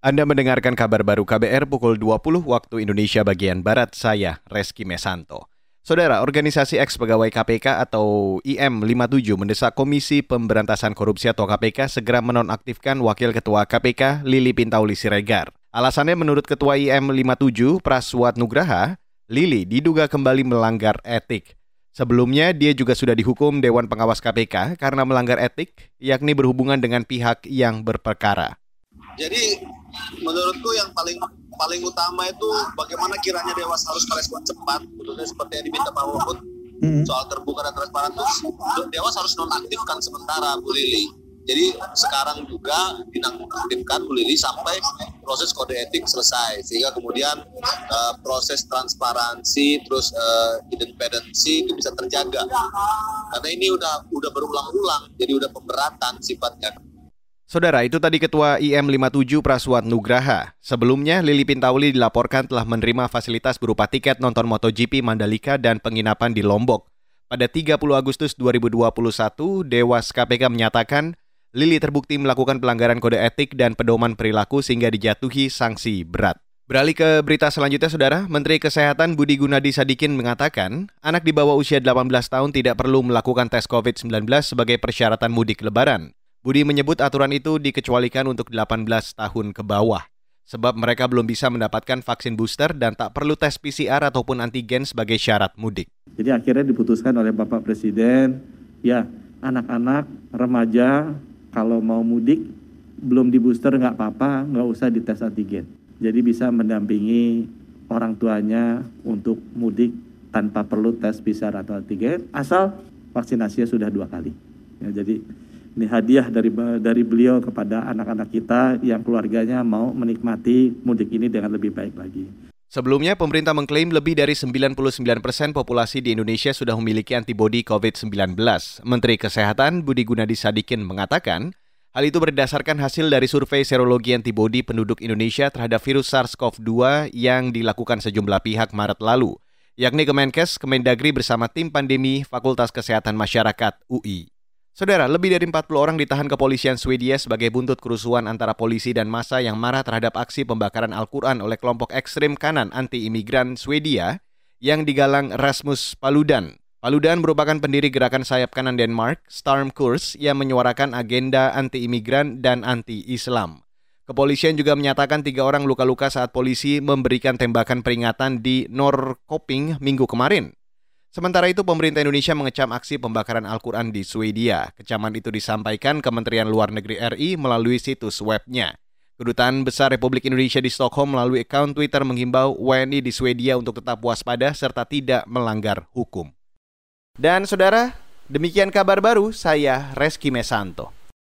Anda mendengarkan kabar baru KBR pukul 20 waktu Indonesia bagian Barat, saya Reski Mesanto. Saudara, organisasi ex-pegawai KPK atau IM57 mendesak Komisi Pemberantasan Korupsi atau KPK segera menonaktifkan Wakil Ketua KPK Lili Pintauli Siregar. Alasannya menurut Ketua IM57 Praswat Nugraha, Lili diduga kembali melanggar etik. Sebelumnya, dia juga sudah dihukum Dewan Pengawas KPK karena melanggar etik, yakni berhubungan dengan pihak yang berperkara. Jadi, menurutku yang paling utama itu bagaimana kiranya Dewas harus merespon cepat, sebetulnya seperti yang diminta Pak Mahfud soal terbuka dan transparan. Terus Dewas harus nonaktifkan sementara Bu Lili. Jadi sekarang juga dinonaktifkan Bu Lili sampai proses kode etik selesai, sehingga kemudian proses transparansi terus independensi itu bisa terjaga. Karena ini udah berulang-ulang, jadi udah pemberatan sifatnya. Saudara, itu tadi Ketua IM57 Praswat Nugraha. Sebelumnya, Lili Pintauli dilaporkan telah menerima fasilitas berupa tiket nonton MotoGP Mandalika dan penginapan di Lombok. Pada 30 Agustus 2021, Dewas KPK menyatakan Lili terbukti melakukan pelanggaran kode etik dan pedoman perilaku sehingga dijatuhi sanksi berat. Beralih ke berita selanjutnya, Saudara. Menteri Kesehatan Budi Gunadi Sadikin mengatakan anak di bawah usia 18 tahun tidak perlu melakukan tes COVID-19 sebagai persyaratan mudik lebaran. Budi menyebut aturan itu dikecualikan untuk 18 tahun ke bawah, sebab mereka belum bisa mendapatkan vaksin booster dan tak perlu tes PCR ataupun antigen sebagai syarat mudik. Jadi akhirnya diputuskan oleh Bapak Presiden, ya anak-anak, remaja, kalau mau mudik, belum di booster nggak apa-apa, nggak usah dites antigen. Jadi bisa mendampingi orang tuanya untuk mudik tanpa perlu tes PCR atau antigen, asal vaksinasinya sudah 2 kali. Ya, jadi ini hadiah dari beliau kepada anak-anak kita yang keluarganya mau menikmati mudik ini dengan lebih baik lagi. Sebelumnya, pemerintah mengklaim lebih dari 99% populasi di Indonesia sudah memiliki antibodi COVID-19. Menteri Kesehatan Budi Gunadi Sadikin mengatakan, hal itu berdasarkan hasil dari survei serologi antibodi penduduk Indonesia terhadap virus SARS-CoV-2 yang dilakukan sejumlah pihak Maret lalu, yakni Kemenkes, Kemendagri bersama tim pandemi Fakultas Kesehatan Masyarakat UI. Saudara, lebih dari 40 orang ditahan kepolisian Swedia sebagai buntut kerusuhan antara polisi dan massa yang marah terhadap aksi pembakaran Al-Quran oleh kelompok ekstrem kanan anti-imigran Swedia yang digalang Rasmus Paludan. Paludan merupakan pendiri gerakan sayap kanan Denmark, Stormkurs, yang menyuarakan agenda anti-imigran dan anti-Islam. Kepolisian juga menyatakan 3 orang luka-luka saat polisi memberikan tembakan peringatan di Norrköping Minggu kemarin. Sementara itu, pemerintah Indonesia mengecam aksi pembakaran Al-Quran di Swedia. Kecaman itu disampaikan Kementerian Luar Negeri RI melalui situs webnya. Kedutaan Besar Republik Indonesia di Stockholm melalui akun Twitter menghimbau WNI di Swedia untuk tetap waspada serta tidak melanggar hukum. Dan saudara, demikian kabar baru, saya Reski Mesanto.